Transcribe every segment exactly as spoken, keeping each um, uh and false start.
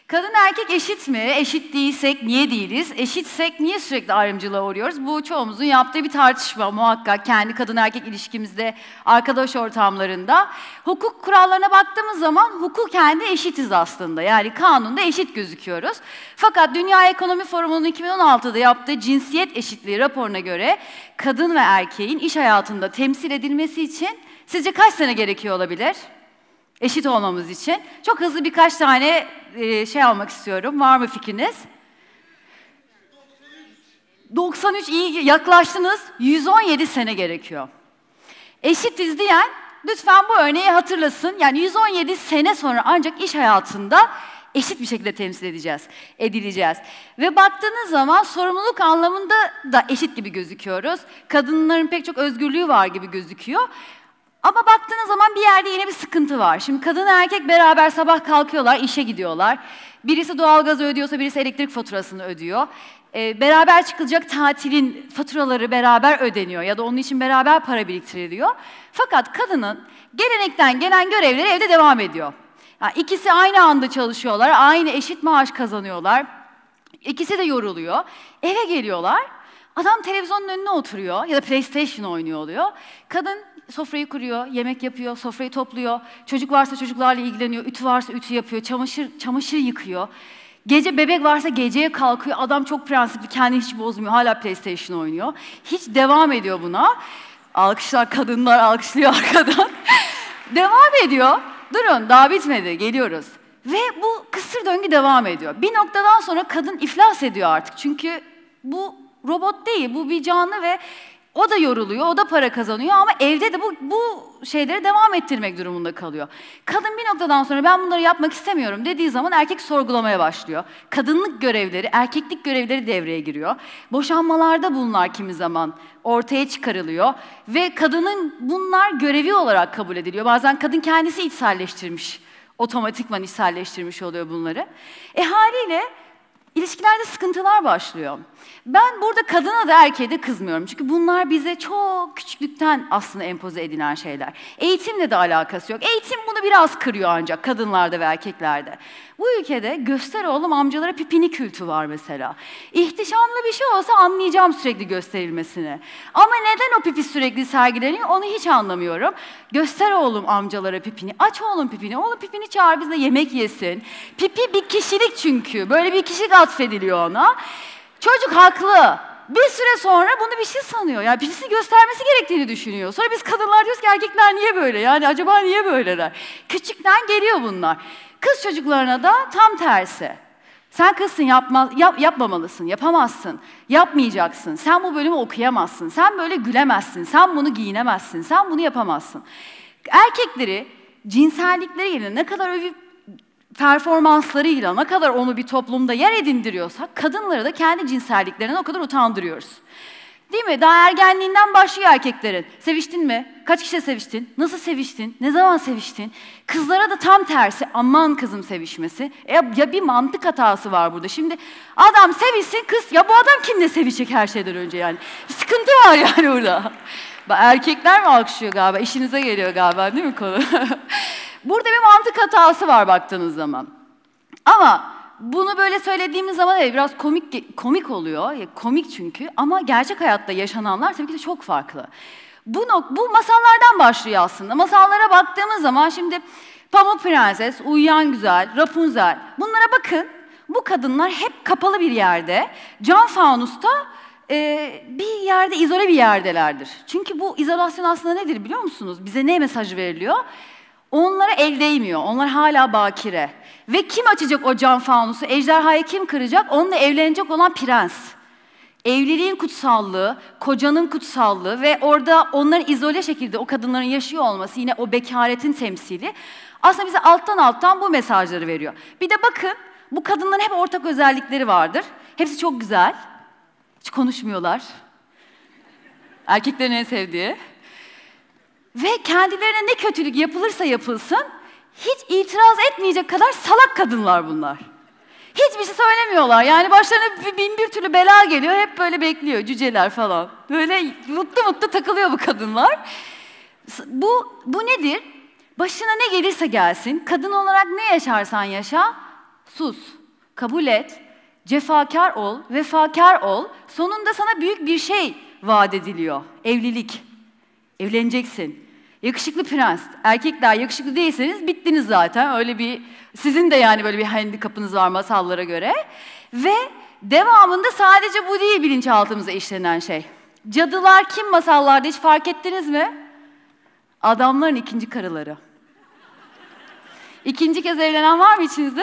Kadın erkek eşit mi? Eşit değilsek niye değiliz? Eşitsek niye sürekli ayrımcılığa uğruyoruz? Bu çoğumuzun yaptığı bir tartışma muhakkak kendi kadın erkek ilişkimizde, arkadaş ortamlarında. Hukuk kurallarına baktığımız zaman hukuken de eşitiz aslında. Yani kanunda eşit gözüküyoruz. Fakat Dünya Ekonomi Forumu'nun iki bin on altıda yaptığı cinsiyet eşitliği raporuna göre kadın ve erkeğin iş hayatında temsil edilmesi için sizce kaç sene gerekiyor olabilir? Eşit olmamız için. Çok hızlı birkaç tane e, şey almak istiyorum. Var mı fikriniz? doksan üç iyi yaklaştınız. yüz on yedi sene gerekiyor. Eşitiz diyen lütfen bu örneği hatırlasın. Yani yüz on yedi sene sonra ancak iş hayatında eşit bir şekilde temsil edeceğiz, edileceğiz. Ve baktığınız zaman sorumluluk anlamında da eşit gibi gözüküyoruz. Kadınların pek çok özgürlüğü var gibi gözüküyor. Ama baktığınız zaman bir yerde yine bir sıkıntı var. Şimdi kadın erkek beraber sabah kalkıyorlar, işe gidiyorlar. Birisi doğalgazı ödüyorsa birisi elektrik faturasını ödüyor. Ee, beraber çıkılacak tatilin faturaları beraber ödeniyor ya da onun için beraber para biriktiriliyor. Fakat kadının gelenekten gelen görevleri evde devam ediyor. Yani ikisi aynı anda çalışıyorlar, aynı eşit maaş kazanıyorlar. İkisi de yoruluyor. Eve geliyorlar. Adam televizyonun önüne oturuyor ya da PlayStation oynuyor oluyor. Kadın sofrayı kuruyor, yemek yapıyor, sofrayı topluyor. Çocuk varsa çocuklarla ilgileniyor, ütü varsa ütü yapıyor, çamaşır çamaşır yıkıyor. Gece bebek varsa geceye kalkıyor. Adam çok prensipli, kendini hiç bozmuyor. Hala PlayStation oynuyor. Hiç devam ediyor buna. Alkışlar, kadınlar alkışlıyor arkadan. Devam ediyor. Durun, daha bitmedi. Geliyoruz. Ve bu kısır döngü devam ediyor. Bir noktadan sonra kadın iflas ediyor artık. Çünkü bu robot değil, bu bir canlı ve o da yoruluyor, o da para kazanıyor ama evde de bu, bu şeyleri devam ettirmek durumunda kalıyor. Kadın bir noktadan sonra ben bunları yapmak istemiyorum dediği zaman erkek sorgulamaya başlıyor. Kadınlık görevleri, erkeklik görevleri devreye giriyor. Boşanmalarda bunlar kimi zaman ortaya çıkarılıyor ve kadının bunlar görevi olarak kabul ediliyor. Bazen kadın kendisi içselleştirmiş, otomatikman içselleştirmiş oluyor bunları. E haliyle İlişkilerde sıkıntılar başlıyor. Ben burada kadına da erkeğe de kızmıyorum. Çünkü bunlar bize çok küçüklükten aslında empoze edilen şeyler. Eğitimle de alakası yok. Eğitim bunu biraz kırıyor ancak kadınlarda ve erkeklerde. Bu ülkede göster oğlum amcalara pipini kültü var mesela. İhtişamlı bir şey olsa anlayacağım sürekli gösterilmesini. Ama neden o pipi sürekli sergileniyor onu hiç anlamıyorum. Göster oğlum amcalara pipini. Aç oğlum pipini. Oğlum pipini çağır bizle yemek yesin. Pipi bir kişilik çünkü. Böyle bir kişilik atfediliyor ona. Çocuk haklı. Bir süre sonra bunu bir şey sanıyor. Yani birisini göstermesi gerektiğini düşünüyor. Sonra biz kadınlar diyoruz ki erkekler niye böyle? Yani acaba niye böyleler? Küçükten geliyor bunlar. Kız çocuklarına da tam tersi. Sen kızsın, yapma, yap, yapmamalısın, yapamazsın, yapmayacaksın. Sen bu bölümü okuyamazsın, sen böyle gülemezsin, sen bunu giyinemezsin, sen bunu yapamazsın. Erkekleri cinsellikleriyle ne kadar övüp performanslarıyla ne kadar onu bir toplumda yer edindiriyorsak kadınları da kendi cinselliklerinden o kadar utandırıyoruz. Değil mi? Daha ergenliğinden başlıyor erkeklerin. Seviştin mi? Kaç kişiyle seviştin? Nasıl seviştin? Ne zaman seviştin? Kızlara da tam tersi. Aman kızım sevişmesi. E ya bir mantık hatası var burada. Şimdi adam sevişsin kız. Ya bu adam kimle sevişecek her şeyden önce yani? Bir sıkıntı var yani burada. Erkekler mi alkışlıyor galiba? İşinize geliyor galiba değil mi konu? Burada bir mantık hatası var baktığınız zaman. Ama bunu böyle söylediğimiz zaman evet, biraz komik komik oluyor. Komik çünkü ama gerçek hayatta yaşananlar tabii ki de çok farklı. Bu, bu masallardan başlıyor aslında. Masallara baktığımız zaman şimdi Pamuk Prenses, Uyuyan Güzel, Rapunzel bunlara bakın. Bu kadınlar hep kapalı bir yerde, cam fanusta e, bir yerde, izole bir yerdelerdir. Çünkü bu izolasyon aslında nedir biliyor musunuz? Bize ne mesaj veriliyor? Onlara el değmiyor, onlar hala bakire. Ve kim açacak o cam fanusu? Ejderhayı kim kıracak? Onunla evlenecek olan prens. Evliliğin kutsallığı, kocanın kutsallığı ve orada onların izole şekilde o kadınların yaşıyor olması yine o bekaretin temsili. Aslında bize alttan alttan bu mesajları veriyor. Bir de bakın, bu kadınların hep ortak özellikleri vardır. Hepsi çok güzel. Hiç konuşmuyorlar. Erkeklerin en sevdiği. Ve kendilerine ne kötülük yapılırsa yapılsın, hiç itiraz etmeyecek kadar salak kadınlar bunlar. Hiçbir şey söylemiyorlar. Yani başlarına bin bir türlü bela geliyor, hep böyle bekliyor, cüceler falan. Böyle mutlu mutlu takılıyor bu kadınlar. Bu, bu nedir? Başına ne gelirse gelsin, kadın olarak ne yaşarsan yaşa, sus. kabul et, cefakar ol, vefakar ol. Sonunda sana büyük bir şey vaat ediliyor. Evlilik. Evleneceksin. Yakışıklı prens. Erkekler yakışıklı değilseniz bittiniz zaten. Öyle bir, sizin de yani böyle bir handikapınız var masallara göre. Ve devamında sadece bu değil bilinçaltımıza işlenen şey. Cadılar kim masallarda, hiç fark ettiniz mi? Adamların ikinci karıları. İkinci kez evlenen var mı içinizde?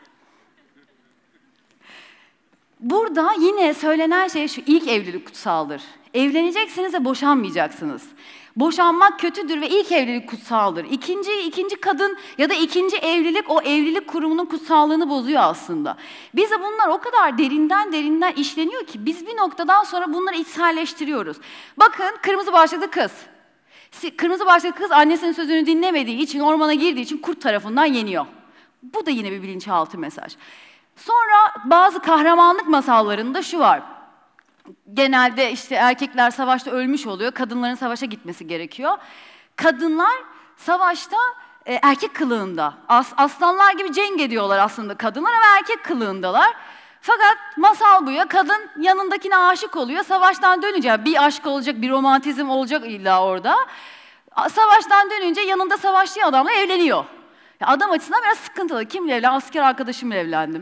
Burada yine söylenen şey şu: ilk evlilik kutsaldır. Evleneceksiniz ve boşanmayacaksınız. Boşanmak kötüdür ve ilk evlilik kutsaldır. İkinci, ikinci kadın ya da ikinci evlilik o evlilik kurumunun kutsallığını bozuyor aslında. Bize bunlar o kadar derinden derinden işleniyor ki biz bir noktadan sonra bunları içselleştiriyoruz. Bakın, kırmızı başlıklı kız. Kırmızı başlıklı kız annesinin sözünü dinlemediği için, ormana girdiği için kurt tarafından yeniyor. Bu da yine bir bilinçaltı mesaj. Sonra bazı kahramanlık masallarında şu var. Genelde işte erkekler savaşta ölmüş oluyor, kadınların savaşa gitmesi gerekiyor. Kadınlar savaşta e, erkek kılığında, as, aslanlar gibi cenk ediyorlar aslında kadınlar ama erkek kılığındalar. Fakat masal bu ya, kadın yanındakine aşık oluyor, savaştan dönünce bir aşk olacak, bir romantizm olacak illa orada. Savaştan dönünce yanında savaştığı adamla evleniyor. Ya adam açısından biraz sıkıntılı. Kimle evlendim? Asker arkadaşımla evlendim.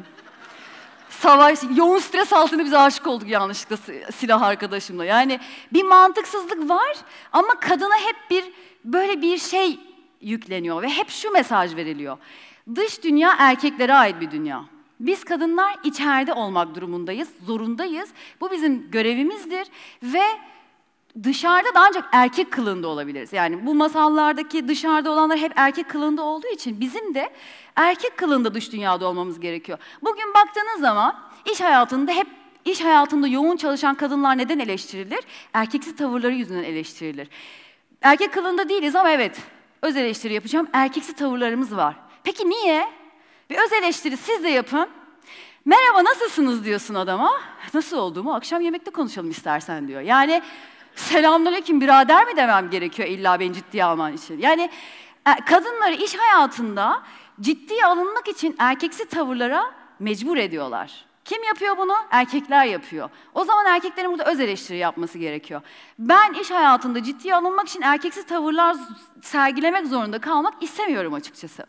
Savaş, yoğun stres altında biz aşık olduk yanlışlıkla silah arkadaşımla. Yani bir mantıksızlık var ama kadına hep bir böyle bir şey yükleniyor ve hep şu mesaj veriliyor: dış dünya erkeklere ait bir dünya. Biz kadınlar içeride olmak durumundayız, zorundayız. Bu bizim görevimizdir ve dışarıda da ancak erkek kılığında olabiliriz. Yani bu masallardaki dışarıda olanlar hep erkek kılığında olduğu için bizim de erkek kılığında dış dünyada olmamız gerekiyor. Bugün baktığınız zaman iş hayatında hep iş hayatında yoğun çalışan kadınlar neden eleştirilir? Erkeksi tavırları yüzünden eleştirilir. Erkek kılığında değiliz ama evet, öz eleştiri yapacağım. Erkeksi tavırlarımız var. Peki niye? Bir öz eleştiri siz de yapın. Merhaba, nasılsınız diyorsun adama. Nasıl olduğumu akşam yemekte konuşalım istersen diyor. Yani selamünaleyküm birader mi demem gerekiyor illa beni ciddiye alman için? Yani kadınları iş hayatında ciddiye alınmak için erkeksi tavırlara mecbur ediyorlar. Kim yapıyor bunu? Erkekler yapıyor. O zaman erkeklerin burada öz eleştiri yapması gerekiyor. Ben iş hayatında ciddiye alınmak için erkeksi tavırlar sergilemek zorunda kalmak istemiyorum açıkçası.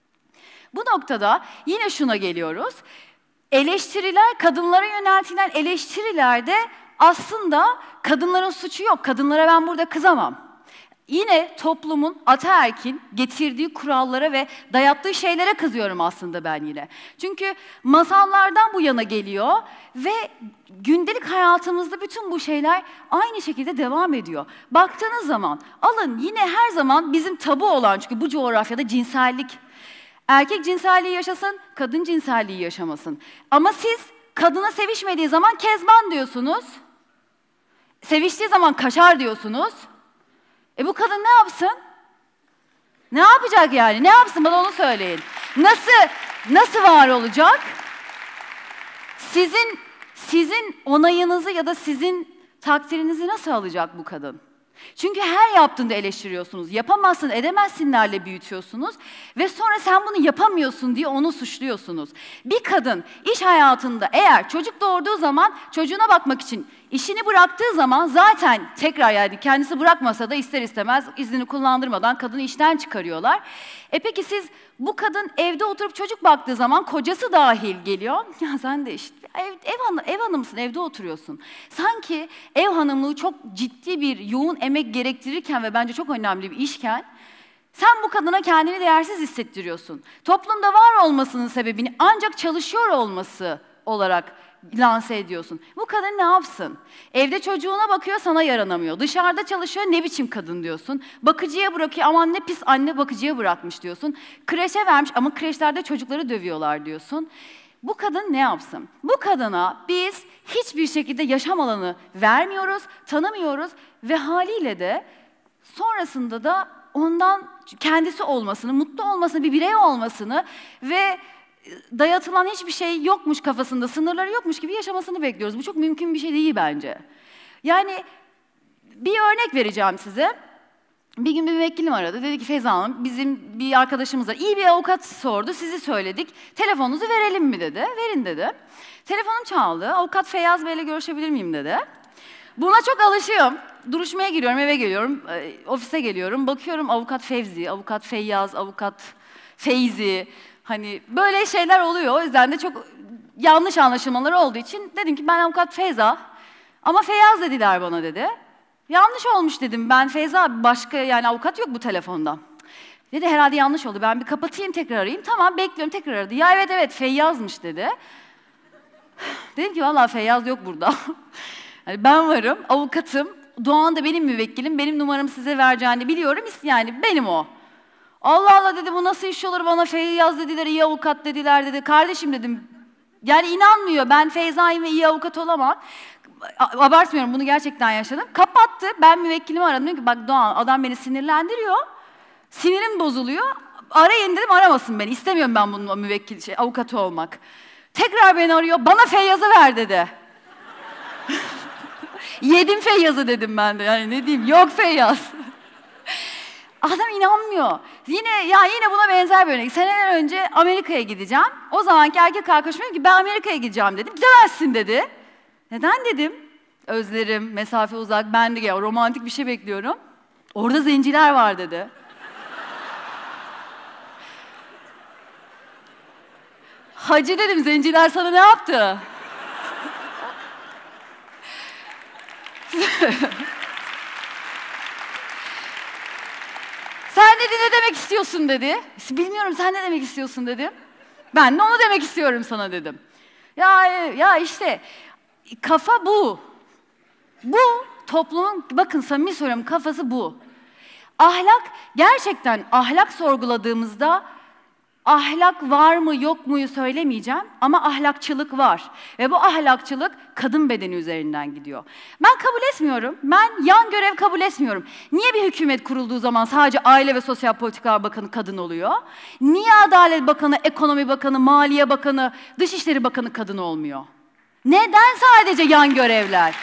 Bu noktada yine şuna geliyoruz. Eleştiriler, kadınlara yöneltilen eleştirilerde aslında kadınların suçu yok. Kadınlara ben burada kızamam. Yine toplumun, ataerkin getirdiği kurallara ve dayattığı şeylere kızıyorum aslında ben yine. Çünkü masallardan bu yana geliyor ve gündelik hayatımızda bütün bu şeyler aynı şekilde devam ediyor. Baktığınız zaman, alın yine her zaman bizim tabu olan, çünkü bu coğrafyada cinsellik. Erkek cinselliği yaşasın, kadın cinselliği yaşamasın. Ama siz kadına sevişmediği zaman kezban diyorsunuz. Seviştiği zaman kaşar diyorsunuz. E bu kadın ne yapsın? Ne yapacak yani? Ne yapsın? Bana onu söyleyin. Nasıl nasıl var olacak? Sizin sizin onayınızı ya da sizin takdirinizi nasıl alacak bu kadın? Çünkü her yaptığında eleştiriyorsunuz. Yapamazsın, edemezsinlerle büyütüyorsunuz ve sonra sen bunu yapamıyorsun diye onu suçluyorsunuz. Bir kadın iş hayatında eğer çocuk doğurduğu zaman çocuğuna bakmak için işini bıraktığı zaman zaten tekrar, yani kendisi bırakmasa da ister istemez iznini kullandırmadan kadını işten çıkarıyorlar. E peki siz, bu kadın evde oturup çocuk baktığı zaman kocası dahil geliyor. Ya sen de işte ev, ev, hanı, ev hanımsın, evde oturuyorsun. Sanki ev hanımlığı çok ciddi bir yoğun emek gerektirirken ve bence çok önemli bir işken sen bu kadına kendini değersiz hissettiriyorsun. Toplumda var olmasının sebebini ancak çalışıyor olması olarak lanse ediyorsun. Bu kadın ne yapsın? Evde çocuğuna bakıyor, sana yaranamıyor. Dışarıda çalışıyor, ne biçim kadın diyorsun. Bakıcıya bırakıyor, aman ne pis anne bakıcıya bırakmış diyorsun. Kreşe vermiş ama kreşlerde çocukları dövüyorlar diyorsun. Bu kadın ne yapsın? Bu kadına biz hiçbir şekilde yaşam alanı vermiyoruz, tanımıyoruz ve haliyle de sonrasında da ondan kendisi olmasını, mutlu olmasını, bir birey olmasını ve dayatılan hiçbir şey yokmuş kafasında, sınırları yokmuş gibi yaşamasını bekliyoruz. Bu çok mümkün bir şey değil bence. Yani bir örnek vereceğim size. Bir gün bir müvekkilim aradı. Dedi ki Feyza Hanım, bizim bir arkadaşımız var. İyi bir avukat sordu, sizi söyledik. Telefonunuzu verelim mi dedi. Verin dedi. Telefonum çaldı. Avukat Feyyaz Bey'le görüşebilir miyim dedi. Buna çok alışığım. Duruşmaya giriyorum, eve geliyorum, e, ofise geliyorum. Bakıyorum avukat Fevzi, avukat Feyyaz, avukat Feyzi. Hani böyle şeyler oluyor. O yüzden de çok yanlış anlaşılmalar olduğu için dedim ki ben avukat Feyza. Ama Feyyaz dediler bana dedi. Yanlış olmuş dedim. Ben Feyza, başka yani avukat yok bu telefonda. Dedi herhalde yanlış oldu. Ben bir kapatayım, tekrar arayayım. Tamam, bekliyorum, tekrar aradı. Ya evet evet Feyyaz'mış dedi. Dedim ki vallahi Feyyaz yok burada. Yani ben varım, avukatım. Doğan da benim müvekkilim. Benim numaramı size vereceğini biliyorum. Yani benim o. Allah Allah dedi, bu nasıl iş olur, bana Feyyaz dediler, iyi avukat dediler dedi. Kardeşim dedim, yani inanmıyor. Ben Feyza'yım ve iyi avukat olamam. Abartmıyorum, bunu gerçekten yaşadım. Kapattı, ben müvekkilimi aradım. Dedim ki bak Doğan, adam beni sinirlendiriyor. Sinirim bozuluyor. Arayın dedim, aramasın beni. İstemiyorum ben bunun müvekkil, şey, avukatı olmak. Tekrar beni arıyor, bana Feyyaz'ı ver dedi. Yedim Feyyaz'ı dedim ben de, yani ne diyeyim, yok Feyyaz. Adam inanmıyor. Yine ya yine buna benzer bir örnek. Seneler önce Amerika'ya gideceğim. O zamanki erkek arkadaşım dedi ki ben Amerika'ya gideceğim dedim. Gidemezsin dedi. Neden dedim? Özlerim, mesafe uzak, ben de ya romantik bir şey bekliyorum. Orada zenciler var dedi. Hacı dedim, zenciler sana ne yaptı? Sen dedi ne demek istiyorsun dedi. Bilmiyorum, sen ne demek istiyorsun dedim. Ben de onu demek istiyorum sana dedim. Ya ya işte kafa bu. Bu toplumun, bakın samimi söylüyorum, kafası bu. Ahlak, gerçekten ahlak sorguladığımızda ahlak var mı yok muyu söylemeyeceğim ama ahlakçılık var. Ve bu ahlakçılık kadın bedeni üzerinden gidiyor. Ben kabul etmiyorum. Ben yan görev kabul etmiyorum. Niye bir hükümet kurulduğu zaman sadece Aile ve Sosyal Politikalar Bakanı kadın oluyor? Niye Adalet Bakanı, Ekonomi Bakanı, Maliye Bakanı, Dışişleri Bakanı kadın olmuyor? Neden sadece yan görevler?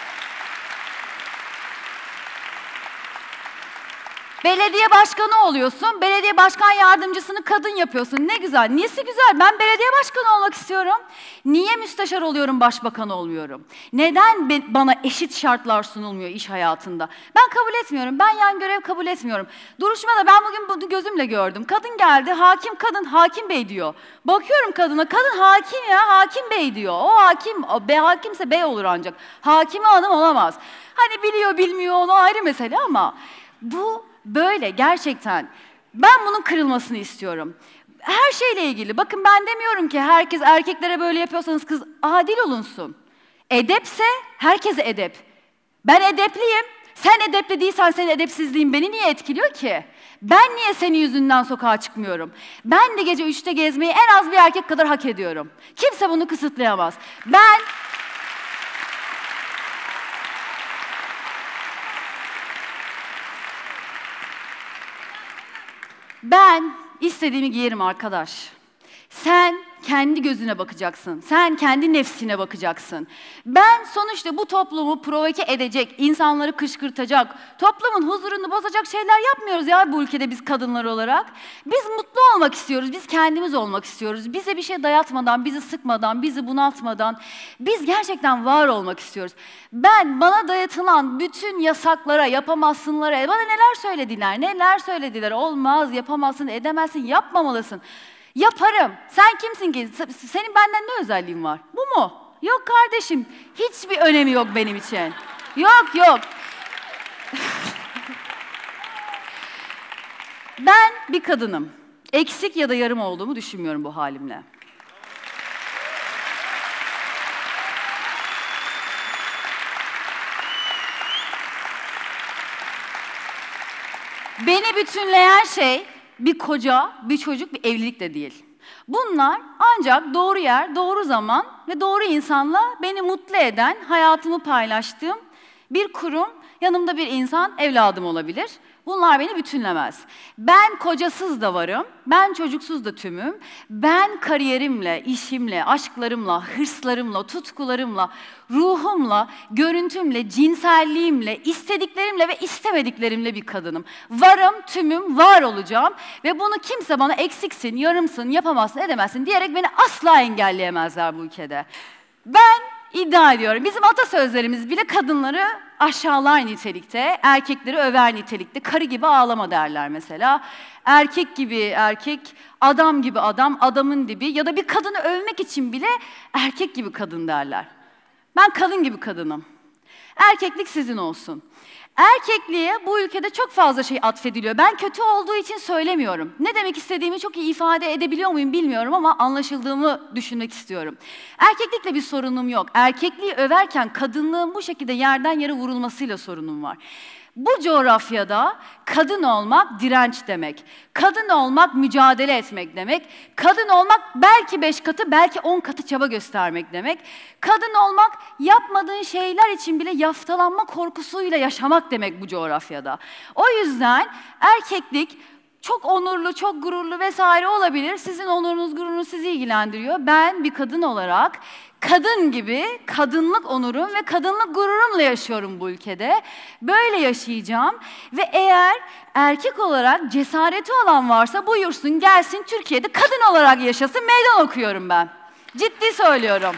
Belediye başkanı oluyorsun, belediye başkan yardımcısını kadın yapıyorsun. Ne güzel, niyesi güzel? Ben belediye başkanı olmak istiyorum. Niye müsteşar oluyorum, başbakan olmuyorum? Neden bana eşit şartlar sunulmuyor iş hayatında? Ben kabul etmiyorum, ben yan görev kabul etmiyorum. Duruşmada ben bugün bunu gözümle gördüm. Kadın geldi, hakim kadın, hakim bey diyor. Bakıyorum kadına, kadın hakim ya, hakim bey diyor. O hakim, o be hakimse bey olur ancak. Hakime hanım olamaz. Hani biliyor bilmiyor, onu ayrı mesele ama bu böyle gerçekten. Ben bunun kırılmasını istiyorum. Her şeyle ilgili. Bakın ben demiyorum ki herkes erkeklere böyle yapıyorsanız kız adil olunsun. Edepse herkese edep. Ben edepliyim. Sen edepli değilsen senin edepsizliğin beni niye etkiliyor ki? Ben niye senin yüzünden sokağa çıkmıyorum? Ben de gece üçte gezmeyi en az bir erkek kadar hak ediyorum. Kimse bunu kısıtlayamaz. Ben... Ben istediğimi giyerim arkadaş. Sen kendi gözüne bakacaksın. Sen kendi nefsine bakacaksın. Ben sonuçta bu toplumu provoke edecek, insanları kışkırtacak, toplumun huzurunu bozacak şeyler yapmıyoruz ya bu ülkede biz kadınlar olarak. Biz mutlu olmak istiyoruz, biz kendimiz olmak istiyoruz. Bize bir şey dayatmadan, bizi sıkmadan, bizi bunaltmadan, biz gerçekten var olmak istiyoruz. Ben bana dayatılan bütün yasaklara, yapamazsınlara, bana neler söylediler, neler söylediler, olmaz, yapamazsın, edemezsin, yapmamalısın. Yaparım. Sen kimsin ki? Senin benden ne özelliğin var? Bu mu? Yok kardeşim. Hiçbir önemi yok benim için. Yok yok. Ben bir kadınım. Eksik ya da yarım olduğumu düşünmüyorum bu halimle. Beni bütünleyen şey bir koca, bir çocuk, bir evlilik de değil. Bunlar ancak doğru yer, doğru zaman ve doğru insanla beni mutlu eden, hayatımı paylaştığım bir kurum, yanımda bir insan, evladım olabilir. Bunlar beni bütünlemez. Ben kocasız da varım, ben çocuksuz da tümüm. Ben kariyerimle, işimle, aşklarımla, hırslarımla, tutkularımla, ruhumla, görüntümle, cinselliğimle, istediklerimle ve istemediklerimle bir kadınım. Varım, tümüm, var olacağım ve bunu kimse bana eksiksin, yarımsın, yapamazsın, edemezsin diyerek beni asla engelleyemezler bu ülkede. Ben iddia ediyorum, bizim atasözlerimiz bile kadınları aşağılar nitelikte, erkekleri över nitelikte. Karı gibi ağlama derler mesela. Erkek gibi erkek, adam gibi adam, adamın dibi ya da bir kadını övmek için bile erkek gibi kadın derler. Ben kadın gibi kadınım. Erkeklik sizin olsun. Erkekliğe bu ülkede çok fazla şey atfediliyor. Ben kötü olduğu için söylemiyorum. Ne demek istediğimi çok iyi ifade edebiliyor muyum bilmiyorum ama anlaşıldığımı düşünmek istiyorum. Erkeklikle bir sorunum yok. Erkekliği överken kadınlığın bu şekilde yerden yere vurulmasıyla sorunum var. Bu coğrafyada kadın olmak direnç demek. Kadın olmak mücadele etmek demek. Kadın olmak belki beş katı, belki on katı çaba göstermek demek. Kadın olmak yapmadığın şeyler için bile yaftalanma korkusuyla yaşamak demek bu coğrafyada. O yüzden erkeklik çok onurlu, çok gururlu vesaire olabilir. Sizin onurunuz, gururunuz sizi ilgilendiriyor. Ben bir kadın olarak kadın gibi kadınlık onurum ve kadınlık gururumla yaşıyorum bu ülkede. Böyle yaşayacağım ve eğer erkek olarak cesareti olan varsa buyursun gelsin Türkiye'de kadın olarak yaşasın, meydan okuyorum ben. Ciddi söylüyorum.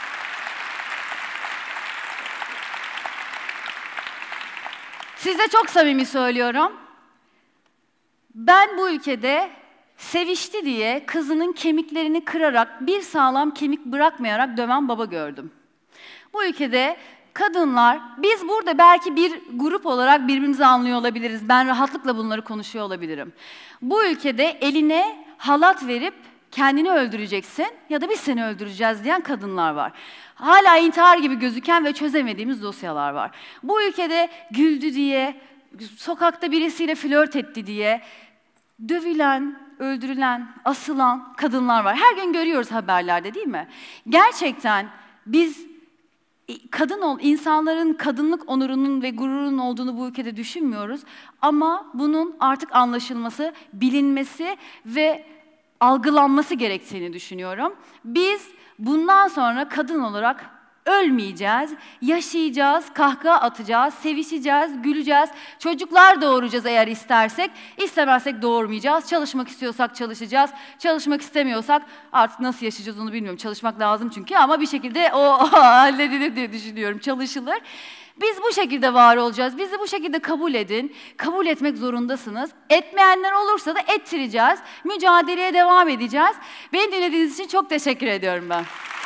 Size çok samimi söylüyorum. Ben bu ülkede sevişti diye kızının kemiklerini kırarak, bir sağlam kemik bırakmayarak döven baba gördüm. Bu ülkede kadınlar, biz burada belki bir grup olarak birbirimizi anlıyor olabiliriz. Ben rahatlıkla bunları konuşuyor olabilirim. Bu ülkede eline halat verip kendini öldüreceksin ya da biz seni öldüreceğiz diyen kadınlar var. Hala intihar gibi gözüken ve çözemediğimiz dosyalar var. Bu ülkede güldü diye, sokakta birisiyle flört etti diye dövülen, öldürülen, asılan kadınlar var. Her gün görüyoruz haberlerde, değil mi? Gerçekten biz kadın ol, insanların kadınlık onurunun ve gururunun olduğunu bu ülkede düşünmüyoruz. Ama bunun artık anlaşılması, bilinmesi ve algılanması gerektiğini düşünüyorum. Biz bundan sonra kadın olarak ölmeyeceğiz, yaşayacağız, kahkaha atacağız, sevişeceğiz, güleceğiz, çocuklar doğuracağız eğer istersek, istemezsek doğurmayacağız, çalışmak istiyorsak çalışacağız, çalışmak istemiyorsak artık nasıl yaşayacağız onu bilmiyorum, çalışmak lazım çünkü ama bir şekilde o, o halledilir diye düşünüyorum, çalışılır. Biz bu şekilde var olacağız, bizi bu şekilde kabul edin, kabul etmek zorundasınız. Etmeyenler olursa da ettireceğiz, mücadeleye devam edeceğiz. Beni dinlediğiniz için çok teşekkür ediyorum ben.